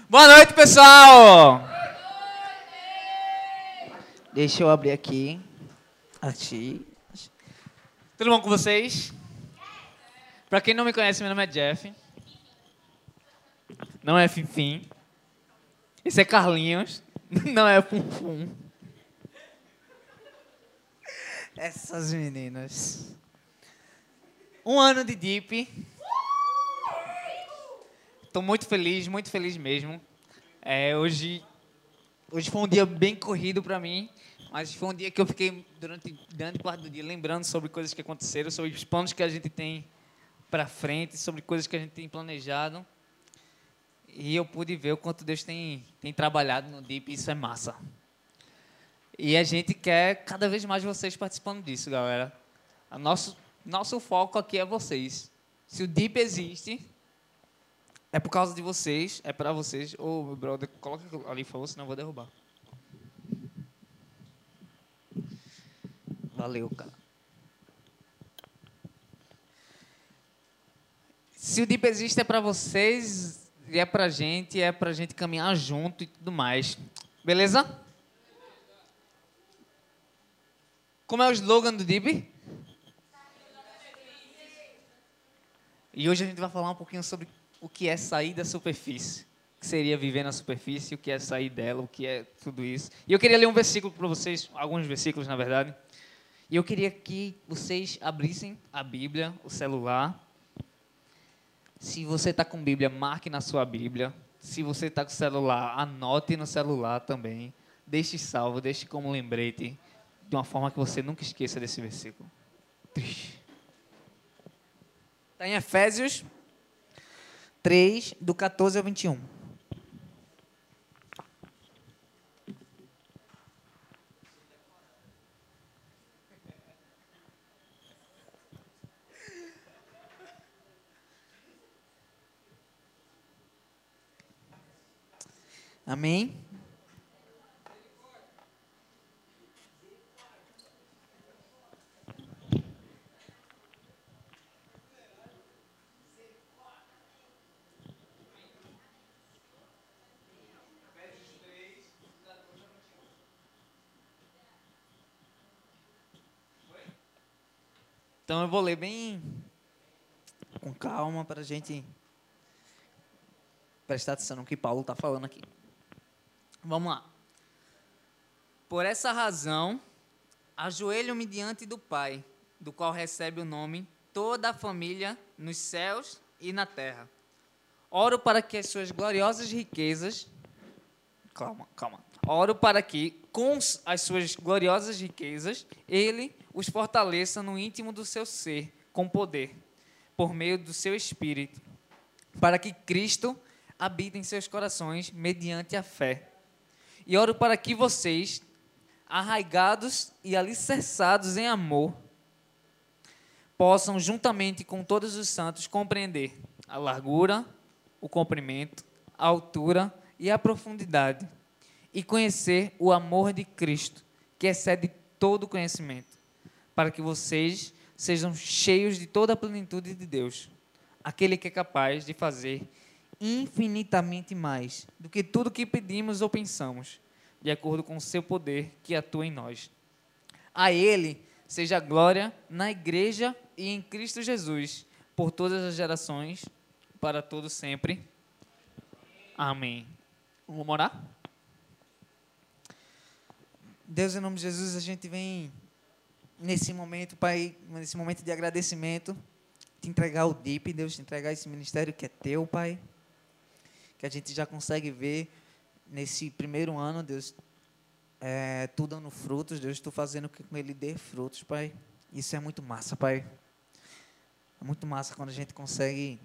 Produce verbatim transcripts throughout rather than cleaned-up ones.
Boa noite, pessoal! Deixa eu abrir aqui. Aqui. Tudo bom com vocês? Pra quem não me conhece, meu nome é Jeff. Não é Finfim. Esse é Carlinhos. Não é Funfum. Essas meninas. Um ano de Deep. Tô muito feliz, muito feliz mesmo. É, hoje, hoje foi um dia bem corrido pra mim, mas foi um dia que eu fiquei durante grande parte do dia lembrando sobre coisas que aconteceram, sobre os planos que a gente tem pra frente, sobre coisas que a gente tem planejado. E eu pude ver o quanto Deus tem, tem trabalhado no Deep, e isso é massa. E a gente quer cada vez mais vocês participando disso, galera. O nosso, nosso foco aqui é vocês. Se o Deep existe, é por causa de vocês, é para vocês. Ô, meu brother, coloca ali, por favor, senão eu vou derrubar. Valeu, cara. Se o Deep existe, é para vocês, e é pra gente, é pra gente caminhar junto e tudo mais. Beleza? Como é o slogan do Deep? E hoje a gente vai falar um pouquinho sobre o que é sair da superfície. O que seria viver na superfície, o que é sair dela, o que é tudo isso. E eu queria ler um versículo para vocês, alguns versículos, na verdade. E eu queria que vocês abrissem a Bíblia, o celular. Se você está com Bíblia, marque na sua Bíblia. Se você está com celular, anote no celular também. Deixe salvo, deixe como lembrete, de uma forma que você nunca esqueça desse versículo. Está em Efésios três, do quatorze ao vinte e um. Amém? Então eu vou ler bem Com calma para a gente prestar atenção no que Paulo está falando aqui. Vamos lá. Por essa razão, ajoelho-me diante do Pai, do qual recebe o nome toda a família nos céus e na terra. Oro para que as suas gloriosas riquezas... Calma, calma. Oro para que, com as suas gloriosas riquezas, Ele os fortaleça no íntimo do seu ser, com poder, por meio do seu Espírito, para que Cristo habite em seus corações mediante a fé. E oro para que vocês, arraigados e alicerçados em amor, possam, juntamente com todos os santos, compreender a largura, o comprimento, a altura e a profundidade, e conhecer o amor de Cristo, que excede todo conhecimento, para que vocês sejam cheios de toda a plenitude de Deus, aquele que é capaz de fazer infinitamente mais do que tudo que pedimos ou pensamos, de acordo com o seu poder que atua em nós. A Ele seja a glória na Igreja e em Cristo Jesus, por todas as gerações, para todo sempre. Amém. Vamos orar? Deus, em nome de Jesus, a gente vem nesse momento, Pai, nesse momento de agradecimento, te entregar o D I P, Deus, te entregar esse ministério que é teu, Pai, que a gente já consegue ver nesse primeiro ano, Deus, é, tu dando frutos, Deus, tu fazendo com que ele dê frutos, Pai. Isso é muito massa, Pai. É muito massa quando a gente consegue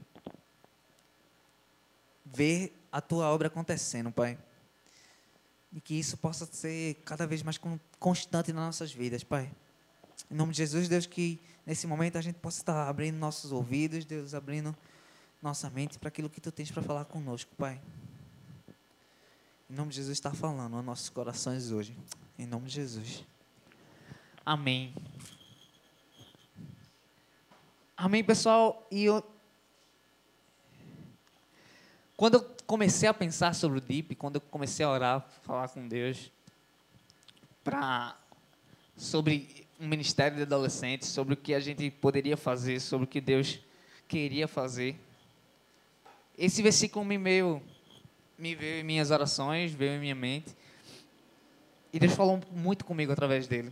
ver a tua obra acontecendo, Pai. E que isso possa ser cada vez mais constante nas nossas vidas, Pai. Em nome de Jesus, Deus, que nesse momento a gente possa estar abrindo nossos ouvidos, Deus, abrindo nossa mente para aquilo que tu tens para falar conosco, Pai. Em nome de Jesus, está falando aos nossos corações hoje. Em nome de Jesus. Amém. Amém, pessoal. E eu, quando eu comecei a pensar sobre o D I P, quando eu comecei a orar, falar com Deus, pra, sobre um ministério de adolescentes, sobre o que a gente poderia fazer, sobre o que Deus queria fazer, esse versículo me veio, me veio em minhas orações, veio em minha mente, e Deus falou muito comigo através dele.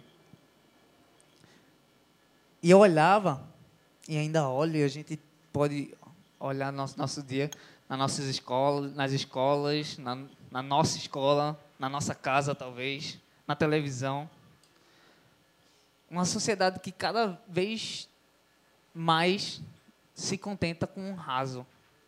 E eu olhava, e ainda olho, e a gente pode olhar no nosso, nosso dia, nas nossas escolas, nas escolas, na, na nossa escola, na nossa casa, talvez, na televisão. Uma sociedade que cada vez mais se contenta com o raso.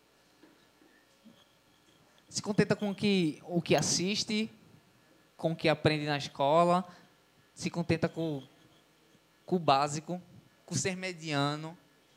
Se contenta com o que, o que assiste, com o que aprende na escola, se contenta com, com o básico, com ser mediano.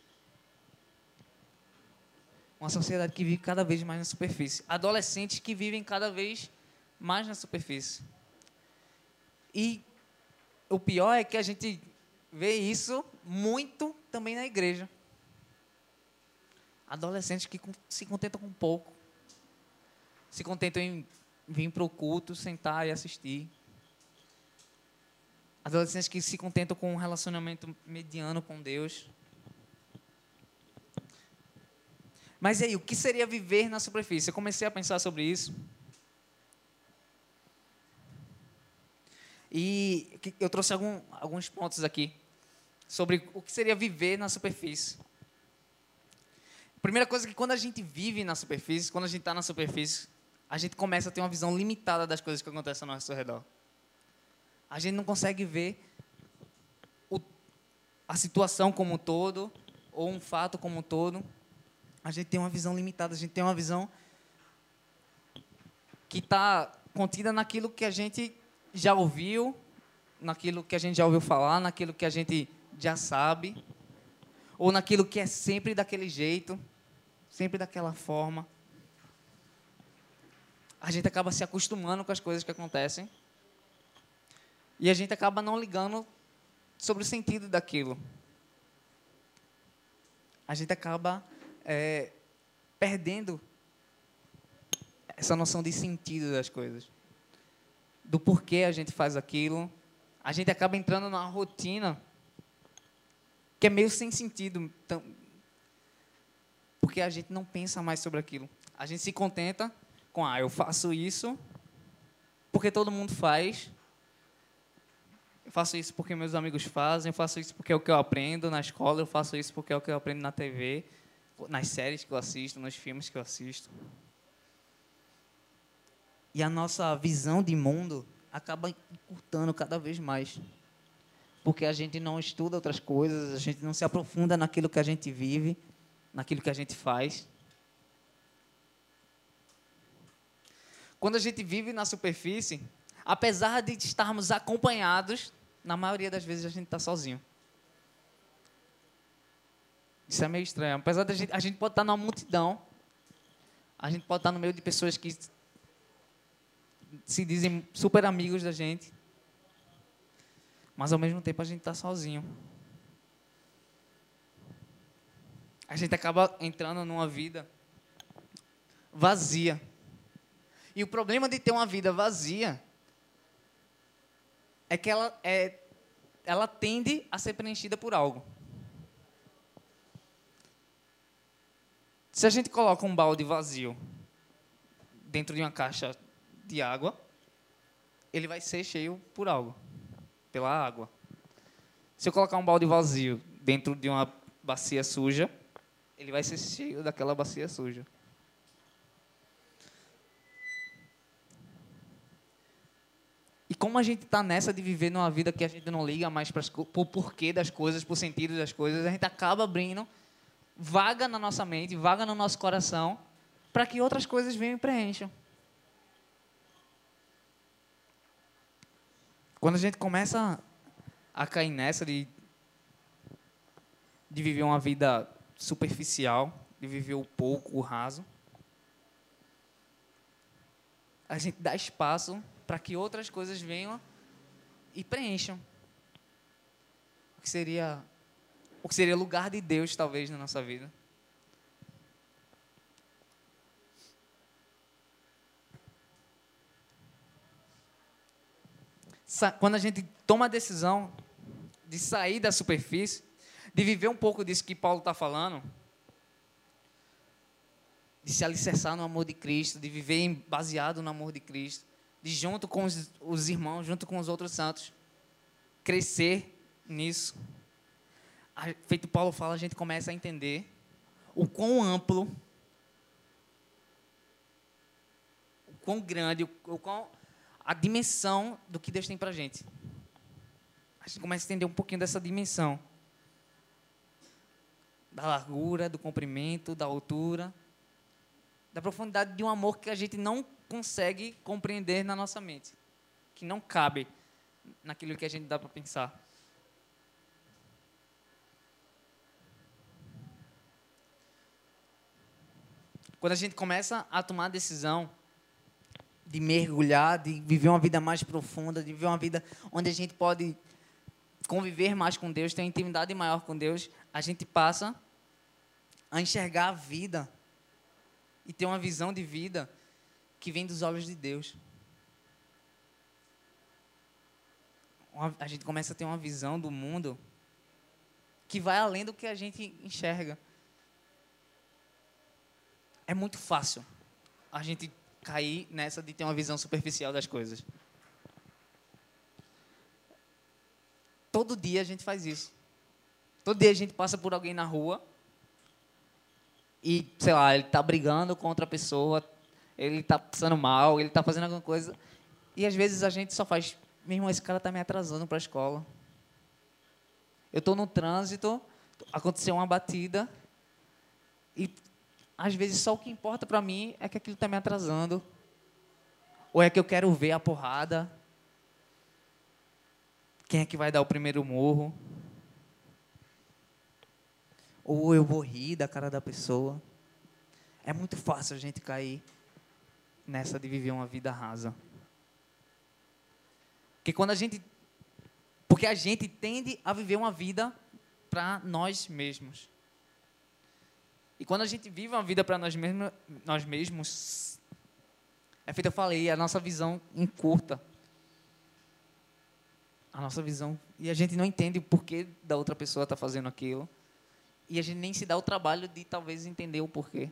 Uma sociedade que vive cada vez mais na superfície. Adolescentes que vivem cada vez mais na superfície. E o pior é que a gente vê isso muito também na igreja. Adolescentes que se contentam com pouco. Se contentam em vir para o culto, sentar e assistir. Adolescentes que se contentam com um relacionamento mediano com Deus. Mas e aí, o que seria viver na superfície? Eu comecei a pensar sobre isso. E eu trouxe algum, alguns pontos aqui sobre o que seria viver na superfície. Primeira coisa é que quando a gente vive na superfície, quando a gente está na superfície, a gente começa a ter uma visão limitada das coisas que acontecem ao nosso redor. A gente não consegue ver o, a situação como um todo, ou um fato como um todo. A gente tem uma visão limitada, a gente tem uma visão que está contida naquilo que a gente já ouviu, naquilo que a gente já ouviu falar, naquilo que a gente já sabe, ou naquilo que é sempre daquele jeito, sempre daquela forma. A gente acaba se acostumando com as coisas que acontecem e a gente acaba não ligando sobre o sentido daquilo. A gente acaba é, perdendo essa noção de sentido das coisas, do porquê a gente faz aquilo. A gente acaba entrando numa rotina que é meio sem sentido, porque a gente não pensa mais sobre aquilo. A gente se contenta com, ah, eu faço isso porque todo mundo faz, eu faço isso porque meus amigos fazem, eu faço isso porque é o que eu aprendo na escola, eu faço isso porque é o que eu aprendo na T V, nas séries que eu assisto, nos filmes que eu assisto. E a nossa visão de mundo acaba encurtando cada vez mais, porque a gente não estuda outras coisas, a gente não se aprofunda naquilo que a gente vive, naquilo que a gente faz. Quando a gente vive na superfície, apesar de estarmos acompanhados, na maioria das vezes a gente está sozinho. Isso é meio estranho. Apesar de a gente, a gente pode estar numa multidão, a gente pode estar no meio de pessoas que se dizem super amigos da gente, mas ao mesmo tempo a gente está sozinho. A gente acaba entrando numa vida vazia. E o problema de ter uma vida vazia é que ela, é, ela tende a ser preenchida por algo. Se a gente coloca um balde vazio dentro de uma caixa de água, ele vai ser cheio por algo, pela água. Se eu colocar um balde vazio dentro de uma bacia suja, ele vai ser cheio daquela bacia suja. E como a gente está nessa de viver numa vida que a gente não liga mais para o porquê das coisas, para o sentido das coisas, a gente acaba abrindo vaga na nossa mente, vaga no nosso coração, para que outras coisas venham e preencham. Quando a gente começa a cair nessa de, de viver uma vida superficial, de viver o pouco, o raso, a gente dá espaço para que outras coisas venham e preencham o que seria o que seria lugar de Deus, talvez, na nossa vida. quando a gente toma a decisão de sair da superfície, de viver um pouco disso que Paulo está falando, de se alicerçar no amor de Cristo, de viver baseado no amor de Cristo, de junto com os, os irmãos, junto com os outros santos, crescer nisso. A, feito Paulo fala, a gente começa a entender o quão amplo, o quão grande, o, o quão, a dimensão do que Deus tem para a gente. A gente começa a entender um pouquinho dessa dimensão. Da largura, do comprimento, da altura, da profundidade de um amor que a gente não consegue compreender na nossa mente, que não cabe naquilo que a gente dá para pensar. Quando a gente começa a tomar a decisão de mergulhar, de viver uma vida mais profunda, de viver uma vida onde a gente pode conviver mais com Deus, ter uma intimidade maior com Deus, a gente passa a enxergar a vida e ter uma visão de vida que vem dos olhos de Deus. A gente começa a ter uma visão do mundo que vai além do que a gente enxerga. É muito fácil a gente cair nessa de ter uma visão superficial das coisas. Todo dia a gente faz isso. Todo dia a gente passa por alguém na rua e, sei lá, ele está brigando com outra pessoa, ele está passando mal, ele está fazendo alguma coisa, e às vezes a gente só faz, meu irmão, esse cara está me atrasando para a escola. Eu estou no trânsito, aconteceu uma batida, e às vezes só o que importa para mim é que aquilo está me atrasando, ou é que eu quero ver a porrada, quem é que vai dar o primeiro murro, ou eu vou rir da cara da pessoa. É muito fácil a gente cair nessa de viver uma vida rasa. Porque quando a gente, porque a gente tende a viver uma vida para nós mesmos. E quando a gente vive uma vida para nós mesmos, nós mesmos, é feito, eu falei, a nossa visão encurta. A nossa visão. E a gente não entende o porquê da outra pessoa estar fazendo aquilo. E a gente nem se dá o trabalho de talvez entender o porquê.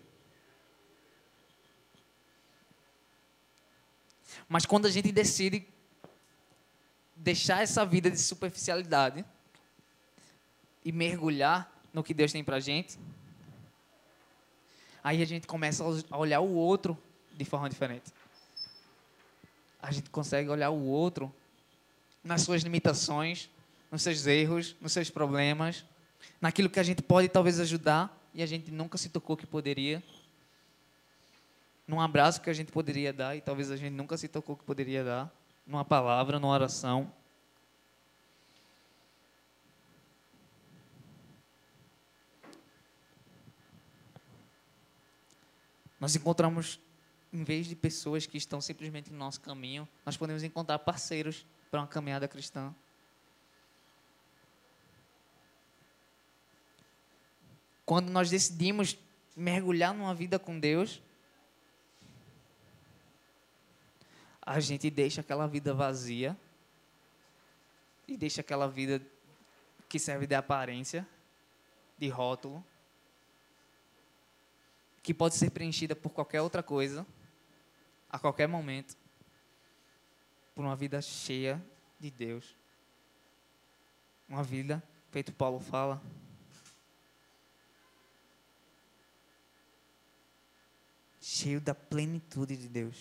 Mas quando a gente decide deixar essa vida de superficialidade e mergulhar no que Deus tem pra gente, aí a gente começa a olhar o outro de forma diferente. A gente consegue olhar o outro nas suas limitações, nos seus erros, nos seus problemas, naquilo que a gente pode talvez ajudar e a gente nunca se tocou que poderia, num abraço que a gente poderia dar e talvez a gente nunca se tocou que poderia dar, numa palavra, numa oração. Nós encontramos, em vez de pessoas que estão simplesmente no nosso caminho, nós podemos encontrar parceiros para uma caminhada cristã. Quando nós decidimos mergulhar numa vida com Deus, a gente deixa aquela vida vazia e deixa aquela vida que serve de aparência, de rótulo, que pode ser preenchida por qualquer outra coisa, a qualquer momento, por uma vida cheia de Deus. Uma vida, feito Paulo fala, cheio da plenitude de Deus.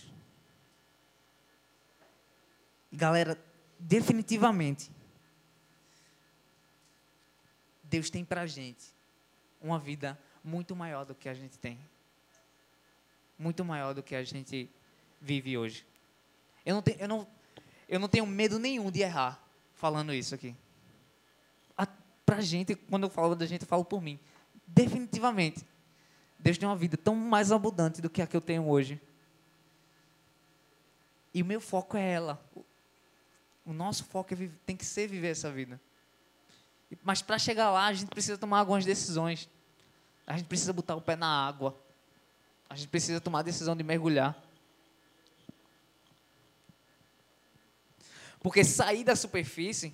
E galera, definitivamente, Deus tem pra gente uma vida muito maior do que a gente tem. Muito maior do que a gente vive hoje. Eu não tenho, eu não, eu não tenho medo nenhum de errar falando isso aqui. A, pra gente, quando eu falo da gente, eu falo por mim. Definitivamente, Deus tem uma vida tão mais abundante do que a que eu tenho hoje. E o meu foco é ela. O nosso foco é viver, tem que ser viver essa vida. Mas para chegar lá, a gente precisa tomar algumas decisões. A gente precisa botar o pé na água. A gente precisa tomar a decisão de mergulhar. Porque sair da superfície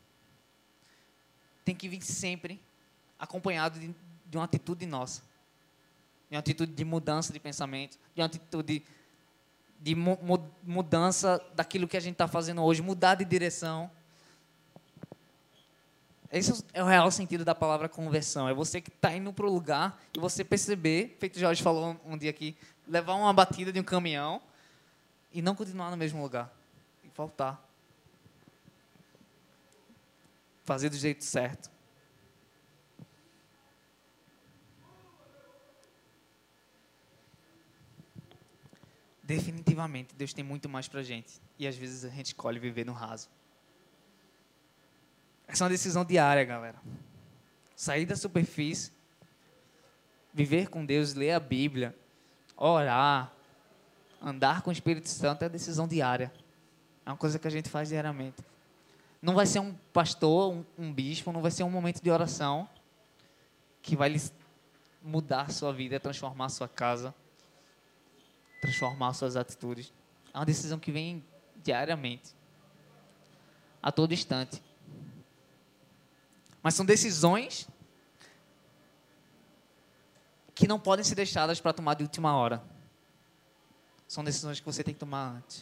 tem que vir sempre acompanhado de, de uma atitude nossa. De uma atitude de mudança de pensamento, de uma atitude de mu mudança daquilo que a gente está fazendo hoje, mudar de direção. Esse é o real sentido da palavra conversão. É você que está indo para o lugar e você perceber, feito o Jorge falou um, um dia aqui, levar uma batida de um caminhão e não continuar no mesmo lugar. E voltar. Fazer do jeito certo. Definitivamente, Deus tem muito mais para a gente. E às vezes a gente escolhe viver no raso. Essa é uma decisão diária, galera. Sair da superfície, viver com Deus, ler a Bíblia, orar, andar com o Espírito Santo é decisão diária. É uma coisa que a gente faz diariamente. Não vai ser um pastor, um, um bispo, não vai ser um momento de oração que vai lhe mudar a sua vida, transformar a sua casa, transformar suas atitudes. É uma decisão que vem diariamente, a todo instante. Mas são decisões que não podem ser deixadas para tomar de última hora. São decisões que você tem que tomar antes.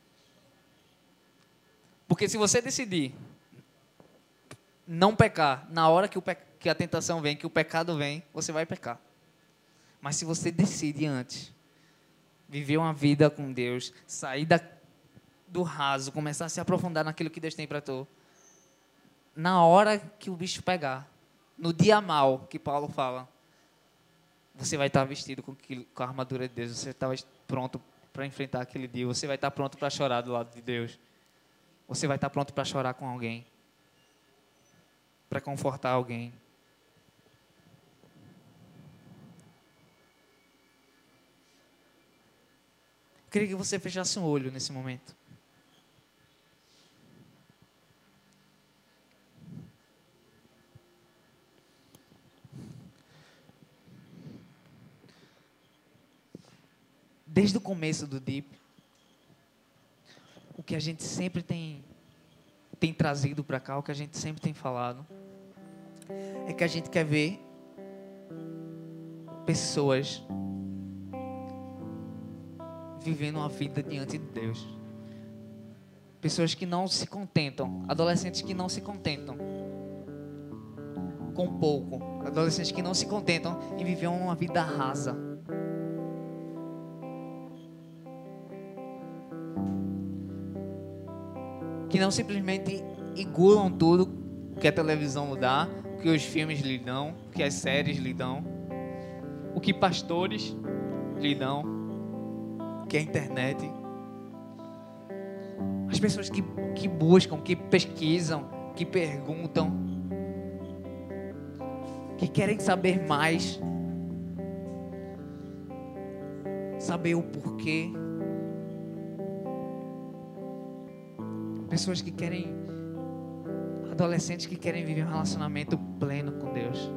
Porque se você decidir não pecar na hora que, o pe que a tentação vem, que o pecado vem, você vai pecar. Mas se você decide antes viver uma vida com Deus, sair da, do raso, começar a se aprofundar naquilo que Deus tem para tu, na hora que o bicho pegar, no dia mal que Paulo fala, você vai estar vestido com, com a armadura de Deus, você está pronto para enfrentar aquele dia, você vai estar pronto para chorar do lado de Deus, você vai estar pronto para chorar com alguém, para confortar alguém. Eu queria que você fechasse um olho nesse momento. Desde o começo do Deep, o que a gente sempre tem, tem trazido para cá, o que a gente sempre tem falado, é que a gente quer ver pessoas vivendo uma vida diante de Deus. Pessoas que não se contentam, adolescentes que não se contentam com pouco, adolescentes que não se contentam em viver uma vida rasa. Que não simplesmente engulam tudo que a televisão lhe dá, o que os filmes lhe dão, o que as séries lhe dão, o que pastores lhe dão, o que a internet. As pessoas que, que buscam, que pesquisam, que perguntam, que querem saber mais, saber o porquê. Pessoas que querem, adolescentes que querem viver um relacionamento pleno com Deus.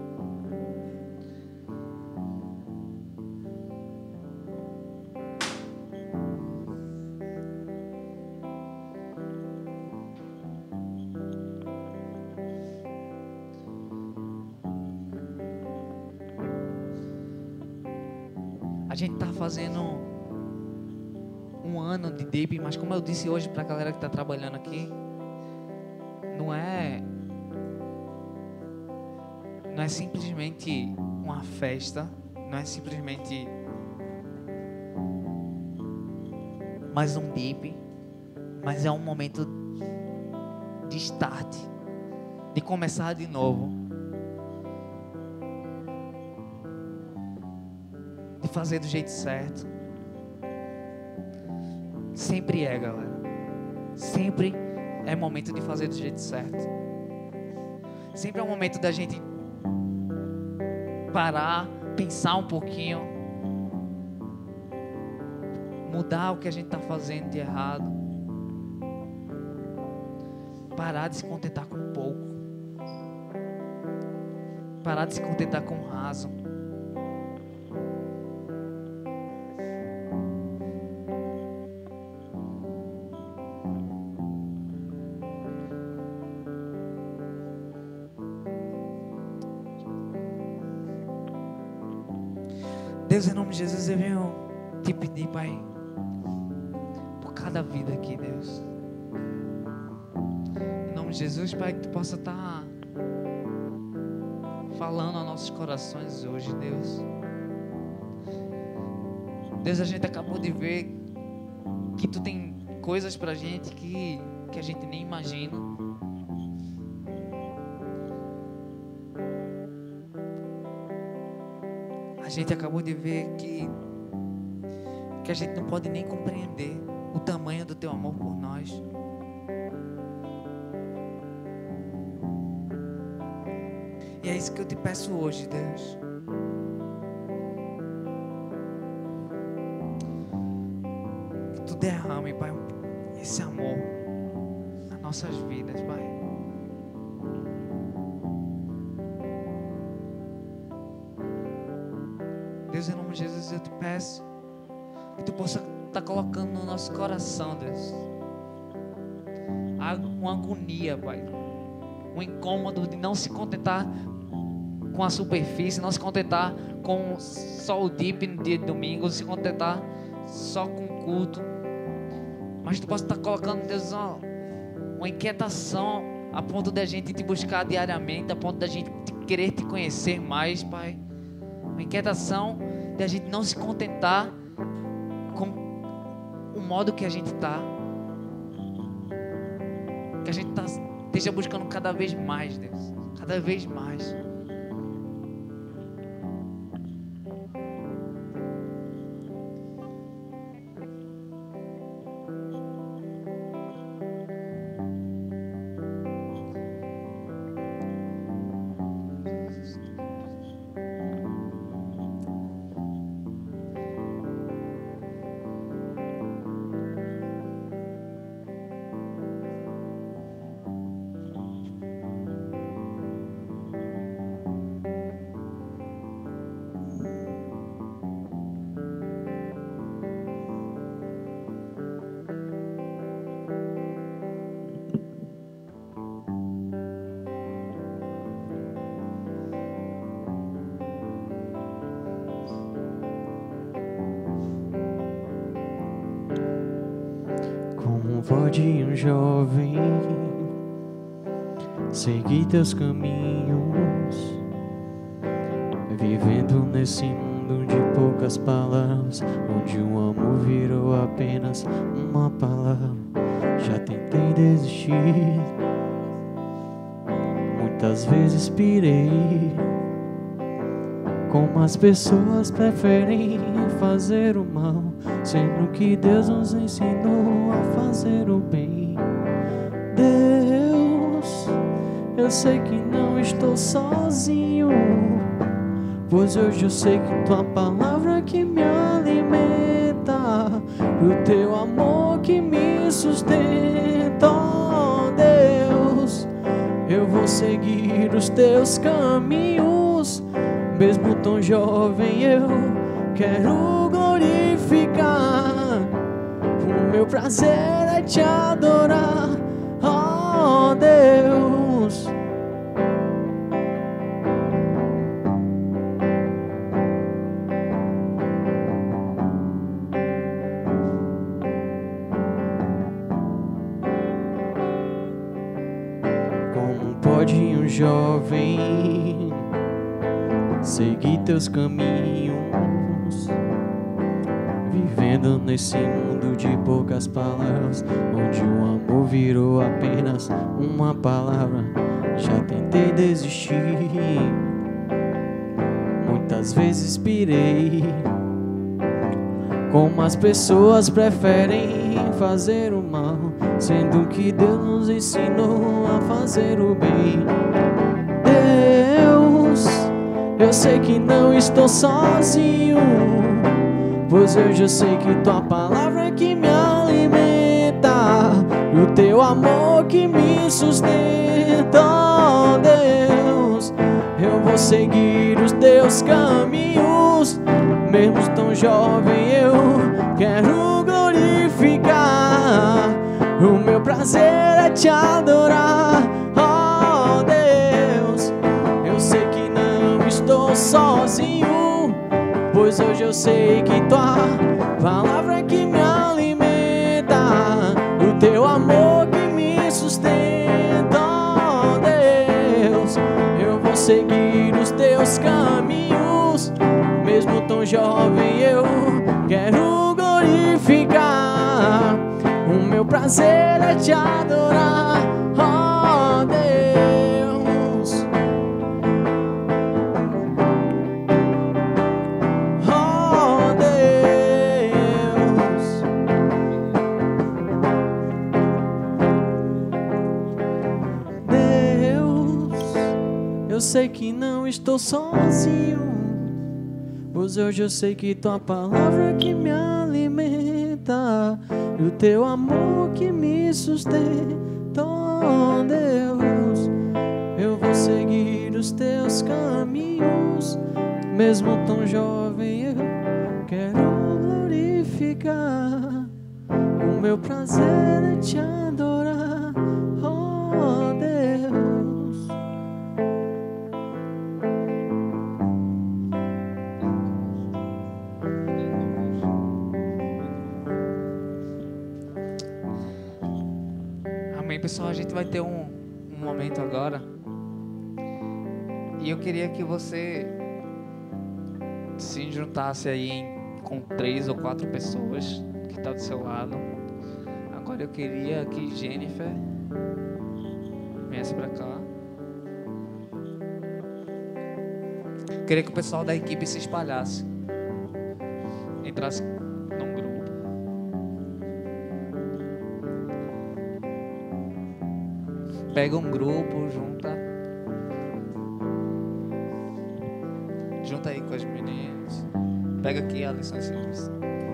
A gente está fazendo um ano de Deep, mas como eu disse hoje para a galera que está trabalhando aqui, não é não é simplesmente uma festa, não é simplesmente mais um Deep, mas é um momento de start, de começar de novo, de fazer do jeito certo. Sempre é, galera. Sempre é momento de fazer do jeito certo. Sempre é o momento da gente parar, pensar um pouquinho, mudar o que a gente está fazendo de errado, parar de se contentar com pouco, parar de se contentar com o raso. Deus, em nome de Jesus, eu venho te pedir, Pai, por cada vida aqui, Deus. Em nome de Jesus, Pai, que Tu possa estar falando aos nossos corações hoje, Deus. Deus, a gente acabou de ver que Tu tem coisas pra gente que, que a gente nem imagina. A gente acabou de ver que, que a gente não pode nem compreender o tamanho do Teu amor por nós. E é isso que eu te peço hoje, Deus. Que Tu derrame, Pai, esse amor nas nossas vidas, Pai. Deus, em nome de Jesus, eu te peço que Tu possa estar colocando no nosso coração, Deus, uma agonia, Pai, um incômodo de não se contentar com a superfície, não se contentar com só o deep no dia de domingo, se contentar só com o culto, mas Tu possa estar colocando, Deus, uma, uma inquietação a ponto de a gente te buscar diariamente, a ponto de a gente querer te conhecer mais, Pai. Uma inquietação de a gente não se contentar com o modo que a gente está, que a gente tá, esteja buscando cada vez mais, Deus, cada vez mais. Pode um jovem seguir teus caminhos, vivendo nesse mundo de poucas palavras, onde o amor virou apenas uma palavra. Já tentei desistir, muitas vezes pirei, como as pessoas preferem fazer o mal, sendo que Deus nos ensinou a fazer o bem. Deus, eu sei que não estou sozinho, pois hoje eu sei que Tua palavra que me alimenta, o Teu amor que me sustenta. Oh, Deus, eu vou seguir os Teus caminhos. Mesmo tão jovem eu quero glorificar. O meu prazer é te adorar, oh Deus. Como pode um jovem seguir teus caminhos, vivendo nesse mundo de poucas palavras, onde o amor virou apenas uma palavra? Já tentei desistir, muitas vezes pirei, como as pessoas preferem fazer o mal, sendo que Deus nos ensinou a fazer o bem. Deus, eu sei que não estou sozinho, pois hoje eu sei que Tua palavra é que me alimenta, e o Teu amor que me sustenta. Oh Deus, eu vou seguir os Teus caminhos. Mesmo tão jovem eu quero glorificar. O meu prazer é te adorar. Oh Deus, eu sei que não estou sozinho, pois hoje eu eu sei que tua palavra é que me alimenta, o teu amor que me sustenta, ó Deus. Eu vou seguir os teus caminhos, mesmo tão jovem eu quero glorificar. O meu prazer é te adorar, ó Deus, ó Deus. Deus, eu sei que não estou sozinho, pois hoje eu sei que tua palavra é que me alimenta, e o teu amor que me sustenta, ó Deus. Eu vou seguir os teus caminhos, mesmo tão jovem eu quero glorificar. O meu prazer é te adorar, ó Deus. Amém, pessoal. A gente vai ter um, um momento agora. E eu queria que você se juntasse aí em, com três ou quatro pessoas que estão do seu lado. Agora eu queria que Jennifer viesse para cá. Eu queria que o pessoal da equipe se espalhasse, entrasse num grupo. Pega um grupo, junta. Junta aí com as meninas. Pega aqui a lição simples.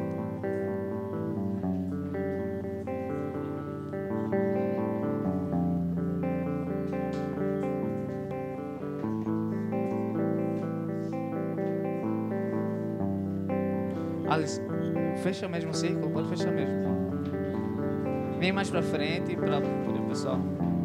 Alice, fecha mesmo o círculo, pode fechar mesmo. Vem mais pra frente para poder o pessoal.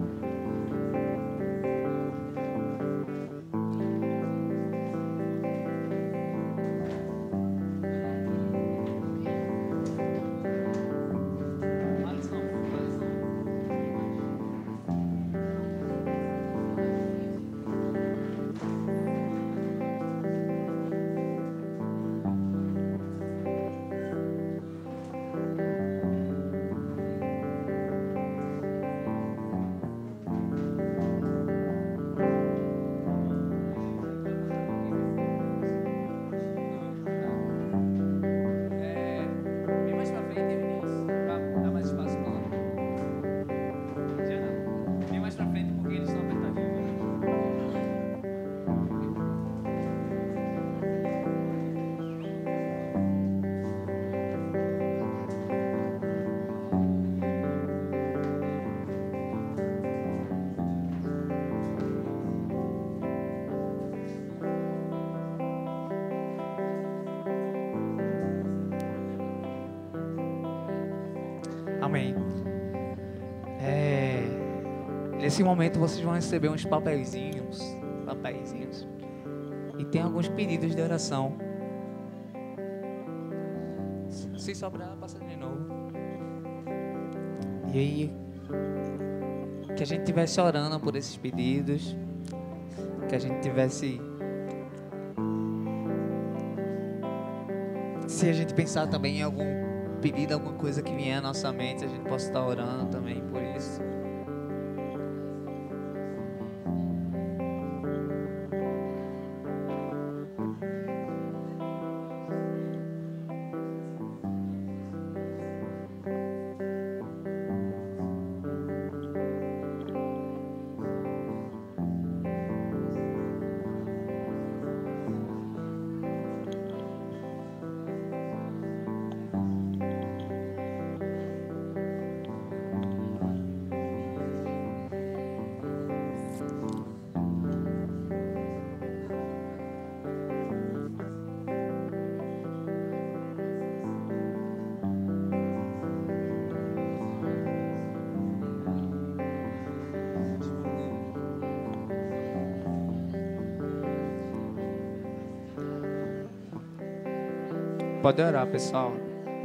Amém. É, nesse momento vocês vão receber uns papeizinhos, papeizinhos, e tem alguns pedidos de oração. Se sobrar, passa de novo. E aí, que a gente estivesse orando por esses pedidos, que a gente tivesse, se a gente pensar também em algum pedido, alguma coisa que vier à nossa mente, a gente possa estar orando também por isso. Pode orar, pessoal.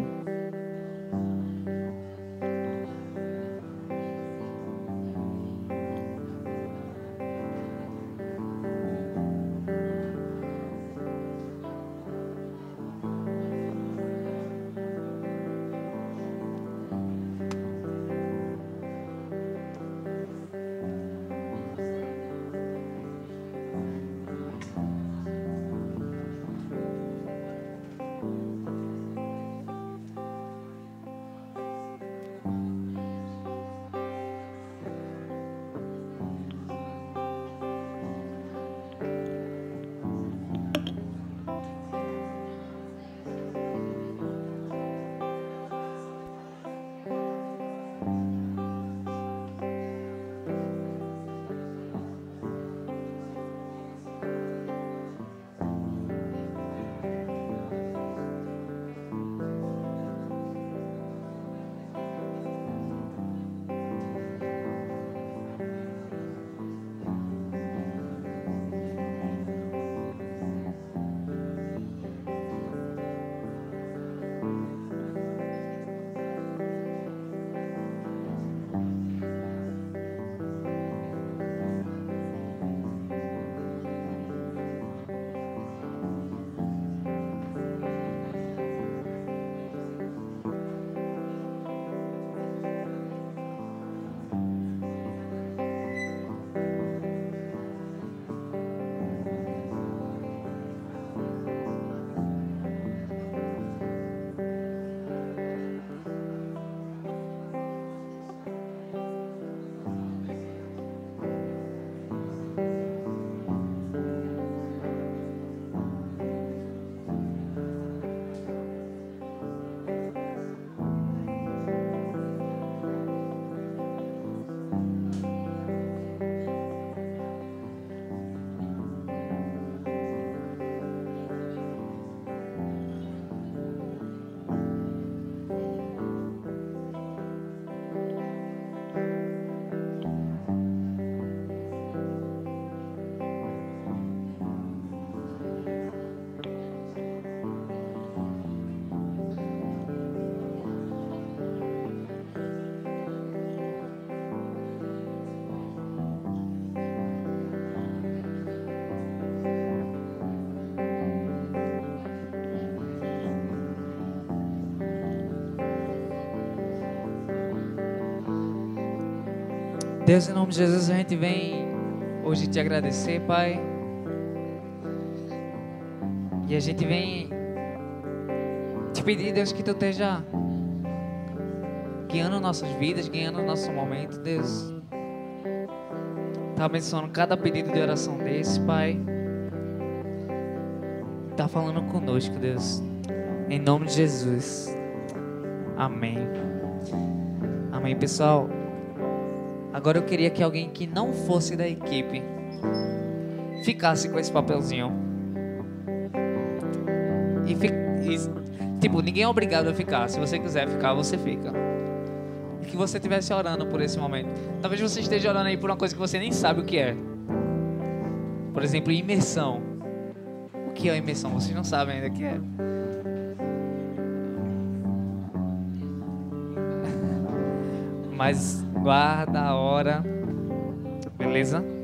Deus, em nome de Jesus, a gente vem hoje te agradecer, Pai. E a gente vem te pedir, Deus, que Tu esteja guiando nossas vidas, guiando o nosso momento, Deus. Tá abençoando cada pedido de oração desse, Pai. Tá falando conosco, Deus. Em nome de Jesus. Amém. Amém, pessoal. Agora eu queria que alguém que não fosse da equipe ficasse com esse papelzinho. E, fi, e tipo, ninguém é obrigado a ficar. Se você quiser ficar, você fica. E que você estivesse orando por esse momento. Talvez você esteja orando aí por uma coisa que você nem sabe o que é. Por exemplo, imersão. O que é imersão? Vocês não sabem ainda o que é. Mas guarda a hora, beleza?